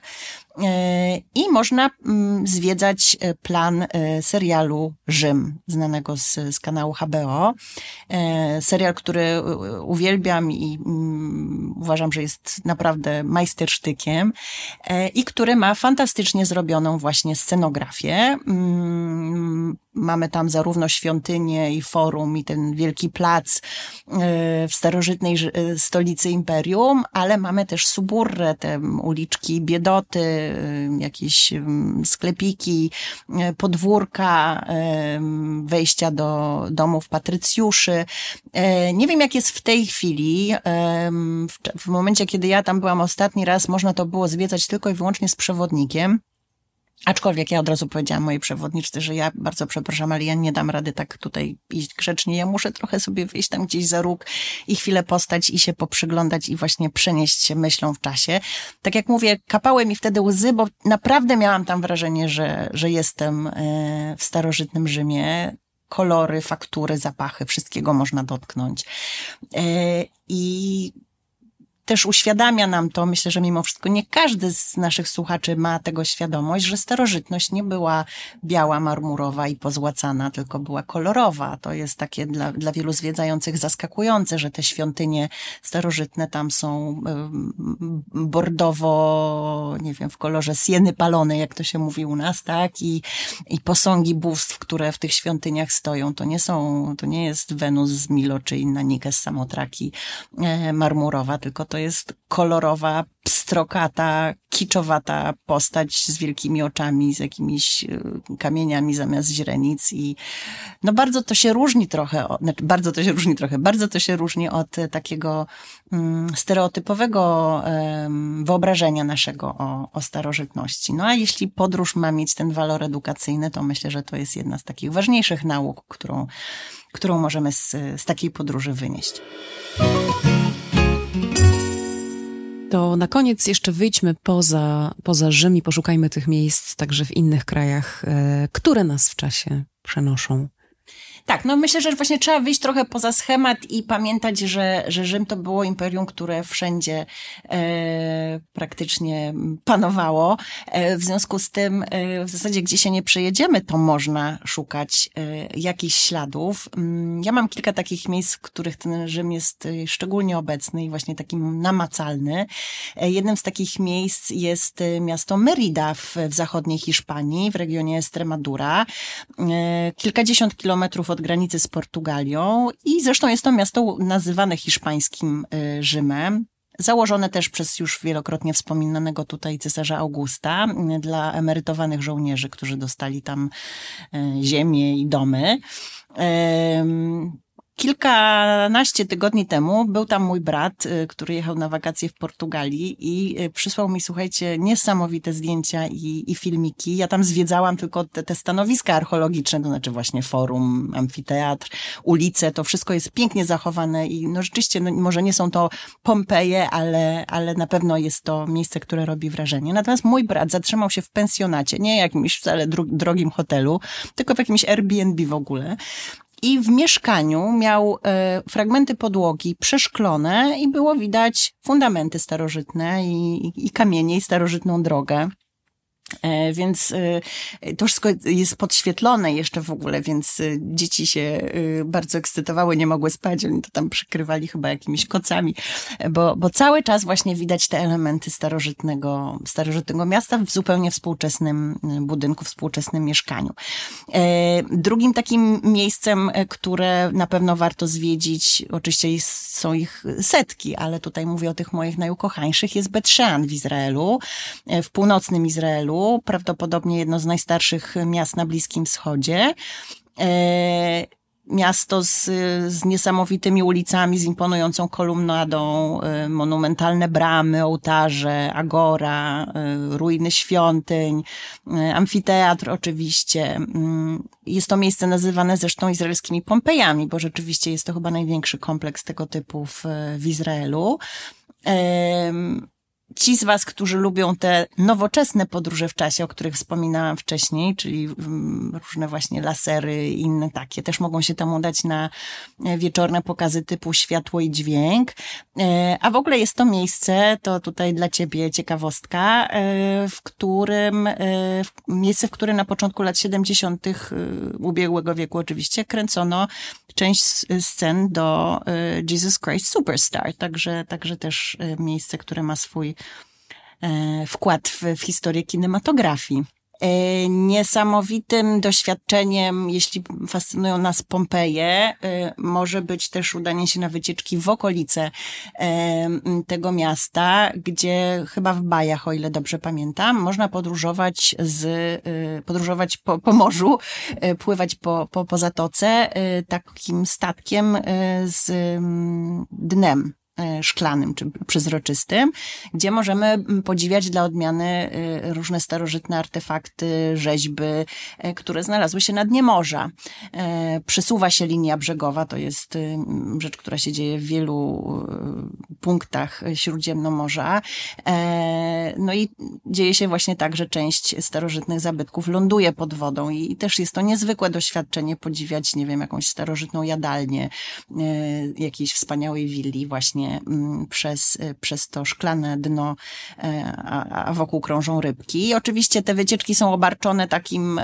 I można zwiedzać plan serialu Rzym, znanego z, z kanału H B O. Serial, który uwielbiam i uważam, że jest naprawdę majstersztykiem i który ma fantastycznie zrobioną właśnie scenografię. Mamy tam zarówno świątynię i forum i ten wielki plac w starożytnej stolicy imperium, ale mamy też suburrę, te uliczki biedoty, jakieś sklepiki, podwórka, wejścia do domów patrycjuszy. Nie wiem, jak jest w tej chwili. W momencie, kiedy ja tam byłam ostatni raz, można to było zwiedzać tylko i wyłącznie z przewodnikiem. Aczkolwiek ja od razu powiedziałam mojej przewodniczce, że ja bardzo przepraszam, ale ja nie dam rady tak tutaj iść grzecznie. Ja muszę trochę sobie wyjść tam gdzieś za róg i chwilę postać i się poprzyglądać i właśnie przenieść się myślą w czasie. Tak jak mówię, kapały mi wtedy łzy, bo naprawdę miałam tam wrażenie, że, że jestem w starożytnym Rzymie. Kolory, faktury, zapachy, wszystkiego można dotknąć. I też uświadamia nam to, myślę, że mimo wszystko nie każdy z naszych słuchaczy ma tego świadomość, że starożytność nie była biała, marmurowa i pozłacana, tylko była kolorowa. To jest takie dla, dla wielu zwiedzających zaskakujące, że te świątynie starożytne tam są bordowo, nie wiem, w kolorze sieny palonej, jak to się mówi u nas, tak? I, i posągi bóstw, które w tych świątyniach stoją, to nie są, to nie jest Wenus z Milo czy inna Nike z Samotraki marmurowa, tylko to to jest kolorowa, pstrokata, kiczowata postać z wielkimi oczami, z jakimiś kamieniami zamiast źrenic i no bardzo to się różni trochę, od, znaczy bardzo to się różni trochę, bardzo to się różni od takiego um, stereotypowego um, wyobrażenia naszego o, o starożytności. No a jeśli podróż ma mieć ten walor edukacyjny, to myślę, że to jest jedna z takich ważniejszych nauk, którą, którą możemy z, z takiej podróży wynieść. To na koniec jeszcze wyjdźmy poza, poza Rzym i poszukajmy tych miejsc także w innych krajach, które nas w czasie przenoszą. Tak, no myślę, że właśnie trzeba wyjść trochę poza schemat i pamiętać, że, że Rzym to było imperium, które wszędzie e, praktycznie panowało. E, w związku z tym e, w zasadzie gdzie się nie przejedziemy, to można szukać e, jakichś śladów. Ja mam kilka takich miejsc, w których ten Rzym jest szczególnie obecny i właśnie taki namacalny. E, jednym z takich miejsc jest miasto Mérida w, w zachodniej Hiszpanii, w regionie Estremadura. E, kilkadziesiąt kilometrów od granicy z Portugalią i zresztą jest to miasto nazywane hiszpańskim Rzymem. Założone też przez już wielokrotnie wspominanego tutaj cesarza Augusta dla emerytowanych żołnierzy, którzy dostali tam ziemię i domy. Kilkanaście tygodni temu był tam mój brat, który jechał na wakacje w Portugalii i przysłał mi, słuchajcie, niesamowite zdjęcia i, i filmiki. Ja tam zwiedzałam tylko te, te stanowiska archeologiczne, to znaczy właśnie forum, amfiteatr, ulice, to wszystko jest pięknie zachowane i no rzeczywiście, no może nie są to Pompeje, ale, ale na pewno jest to miejsce, które robi wrażenie. Natomiast mój brat zatrzymał się w pensjonacie, nie jakimś wcale dro- drogim hotelu, tylko w jakimś Airbnb w ogóle. I w mieszkaniu miał e, fragmenty podłogi przeszklone i było widać fundamenty starożytne i, i, i kamienie i starożytną drogę. E, więc e, to wszystko jest podświetlone jeszcze w ogóle, więc e, dzieci się e, bardzo ekscytowały, nie mogły spać, oni to tam przykrywali chyba jakimiś kocami, bo, bo cały czas właśnie widać te elementy starożytnego, starożytnego miasta w zupełnie współczesnym budynku, współczesnym mieszkaniu. E, drugim takim miejscem, które na pewno warto zwiedzić, oczywiście jest, są ich setki, ale tutaj mówię o tych moich najukochańszych, jest Bet Shean w Izraelu, w północnym Izraelu, prawdopodobnie jedno z najstarszych miast na Bliskim Wschodzie. E, miasto z, z niesamowitymi ulicami, z imponującą kolumnadą, e, monumentalne bramy, ołtarze, agora, e, ruiny świątyń, e, amfiteatr oczywiście. Jest to miejsce nazywane zresztą izraelskimi Pompejami, bo rzeczywiście jest to chyba największy kompleks tego typu w, w Izraelu. E, Ci z was, którzy lubią te nowoczesne podróże w czasie, o których wspominałam wcześniej, czyli różne właśnie lasery i inne takie, też mogą się tam udać na wieczorne pokazy typu światło i dźwięk. A w ogóle jest to miejsce, to tutaj dla ciebie ciekawostka, w którym, miejsce, w którym na początku lat siedemdziesiątych ubiegłego wieku oczywiście kręcono część scen do Jesus Christ Superstar. Także, także też miejsce, które ma swój wkład w, w historię kinematografii. Niesamowitym doświadczeniem, jeśli fascynują nas Pompeje, może być też udanie się na wycieczki w okolice tego miasta, gdzie chyba w Bajach, o ile dobrze pamiętam, można podróżować z, podróżować po, po morzu, pływać po, po, po zatoce takim statkiem z dnem szklanym czy przezroczystym, gdzie możemy podziwiać dla odmiany różne starożytne artefakty, rzeźby, które znalazły się na dnie morza. Przesuwa się linia brzegowa, to jest rzecz, która się dzieje w wielu punktach Śródziemnomorza. No i dzieje się właśnie tak, że część starożytnych zabytków ląduje pod wodą i też jest to niezwykłe doświadczenie podziwiać, nie wiem, jakąś starożytną jadalnię, jakiejś wspaniałej willi właśnie przez, przez to szklane dno, a, a wokół krążą rybki. I oczywiście te wycieczki są obarczone takim,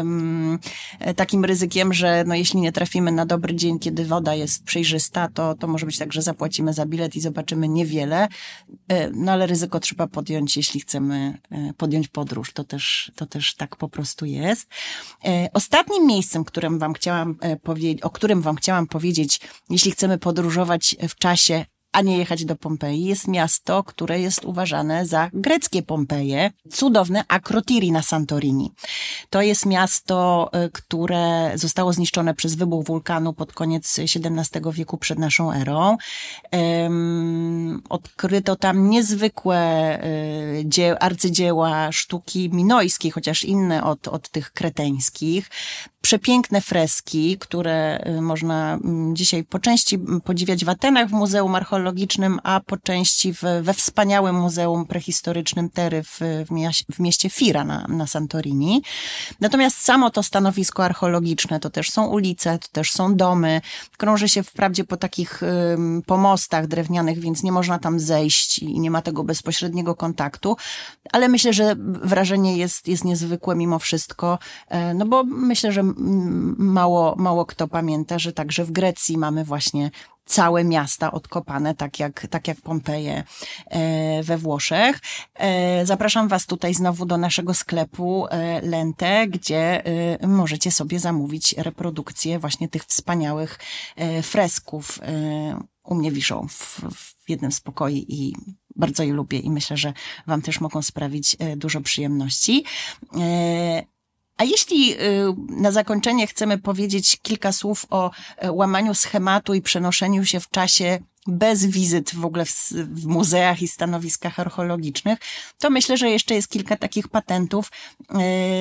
takim ryzykiem, że no jeśli nie trafimy na dobry dzień, kiedy woda jest przejrzysta, to, to może być tak, że zapłacimy za bilet i zobaczymy niewiele, no ale ryzyko trzeba podjąć, jeśli chcemy podjąć podróż. To też, to też tak po prostu jest. Ostatnim miejscem, którym wam chciałam powiedzieć, o którym wam chciałam powiedzieć, jeśli chcemy podróżować w czasie a nie jechać do Pompeji, jest miasto, które jest uważane za greckie Pompeje, cudowne Akrotiri na Santorini. To jest miasto, które zostało zniszczone przez wybuch wulkanu pod koniec siedemnastego wieku przed naszą erą. Um, odkryto tam niezwykłe y, dzie- arcydzieła sztuki minojskiej, chociaż inne od, od tych kreteńskich. Przepiękne freski, które można dzisiaj po części podziwiać w Atenach w Muzeum Archeologicznym, a po części w, we wspaniałym Muzeum Prehistorycznym Tery w, w, mia- w mieście Fira na, na Santorini. Natomiast samo to stanowisko archeologiczne, to też są ulice, to też są domy. Krąży się wprawdzie po takich um, pomostach drewnianych, więc nie można tam zejść i nie ma tego bezpośredniego kontaktu, ale myślę, że wrażenie jest, jest niezwykłe mimo wszystko, no bo myślę, że mało, mało kto pamięta, że także w Grecji mamy właśnie całe miasta odkopane, tak jak, tak jak Pompeje we Włoszech. Zapraszam was tutaj znowu do naszego sklepu Lente, gdzie możecie sobie zamówić reprodukcję właśnie tych wspaniałych fresków. U mnie wiszą w, w jednym z pokoi i bardzo je lubię i myślę, że wam też mogą sprawić dużo przyjemności. A jeśli na zakończenie chcemy powiedzieć kilka słów o łamaniu schematu i przenoszeniu się w czasie bez wizyt w ogóle w, w muzeach i stanowiskach archeologicznych, to myślę, że jeszcze jest kilka takich patentów, yy,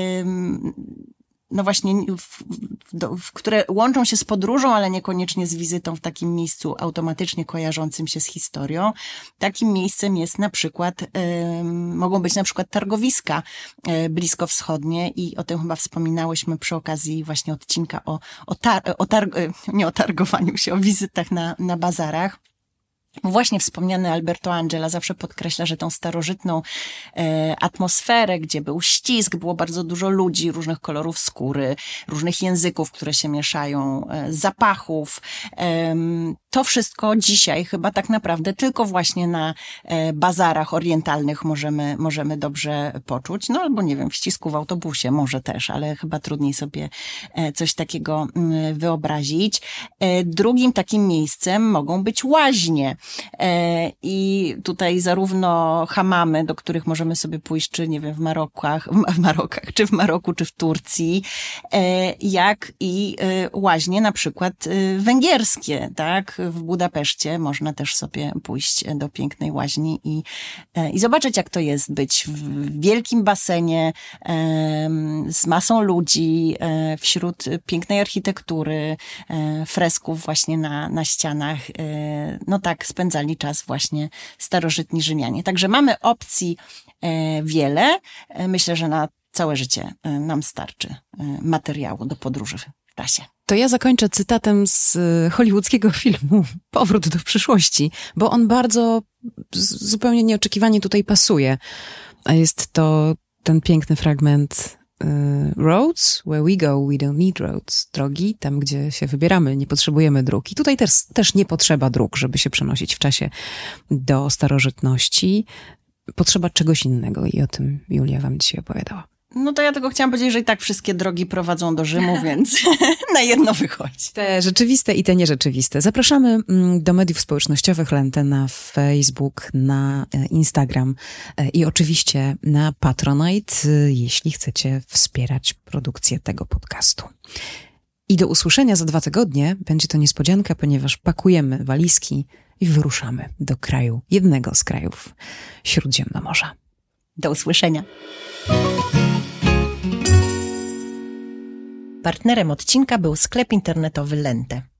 no właśnie, w, w, w, które łączą się z podróżą, ale niekoniecznie z wizytą w takim miejscu automatycznie kojarzącym się z historią. Takim miejscem jest na przykład, y, mogą być na przykład targowiska y, bliskowschodnie i o tym chyba wspominałyśmy przy okazji właśnie odcinka o, o, tar, o tar, nie o targowaniu się, o wizytach na, na bazarach. Właśnie wspomniany Alberto Angela zawsze podkreśla, że tą starożytną e, atmosferę, gdzie był ścisk, było bardzo dużo ludzi, różnych kolorów skóry, różnych języków, które się mieszają, e, zapachów. E, to wszystko dzisiaj chyba tak naprawdę tylko właśnie na e, bazarach orientalnych możemy, możemy dobrze poczuć. No albo nie wiem, w ścisku w autobusie może też, ale chyba trudniej sobie e, coś takiego m, wyobrazić. E, drugim takim miejscem mogą być łaźnie. I tutaj zarówno hamamy, do których możemy sobie pójść, czy nie wiem, w Marokach, w Marokach, czy w Maroku, czy w Turcji, jak i łaźnie na przykład węgierskie, tak? W Budapeszcie można też sobie pójść do pięknej łaźni i, i zobaczyć, jak to jest być w wielkim basenie z masą ludzi, wśród pięknej architektury, fresków właśnie na, na ścianach. No tak, spędzali czas właśnie starożytni Rzymianie. Także mamy opcji e, wiele. E, myślę, że na całe życie e, nam starczy e, materiału do podróży w czasie. To ja zakończę cytatem z hollywoodzkiego filmu Powrót do przyszłości, bo on bardzo z, zupełnie nieoczekiwanie tutaj pasuje. A jest to ten piękny fragment Roads, where we go, we don't need roads. Drogi, tam gdzie się wybieramy, nie potrzebujemy dróg. I tutaj też, też nie potrzeba dróg, żeby się przenosić w czasie do starożytności. Potrzeba czegoś innego i o tym Julia wam dzisiaj opowiadała. No to ja tylko chciałam powiedzieć, że i tak wszystkie drogi prowadzą do Rzymu, więc na jedno wychodzi. Te rzeczywiste i te nierzeczywiste. Zapraszamy do mediów społecznościowych Lente, na Facebook, na Instagram i oczywiście na Patronite, jeśli chcecie wspierać produkcję tego podcastu. I do usłyszenia za dwa tygodnie. Będzie to niespodzianka, ponieważ pakujemy walizki i wyruszamy do kraju, jednego z krajów Śródziemnomorza. Do usłyszenia. Partnerem odcinka był sklep internetowy Lente.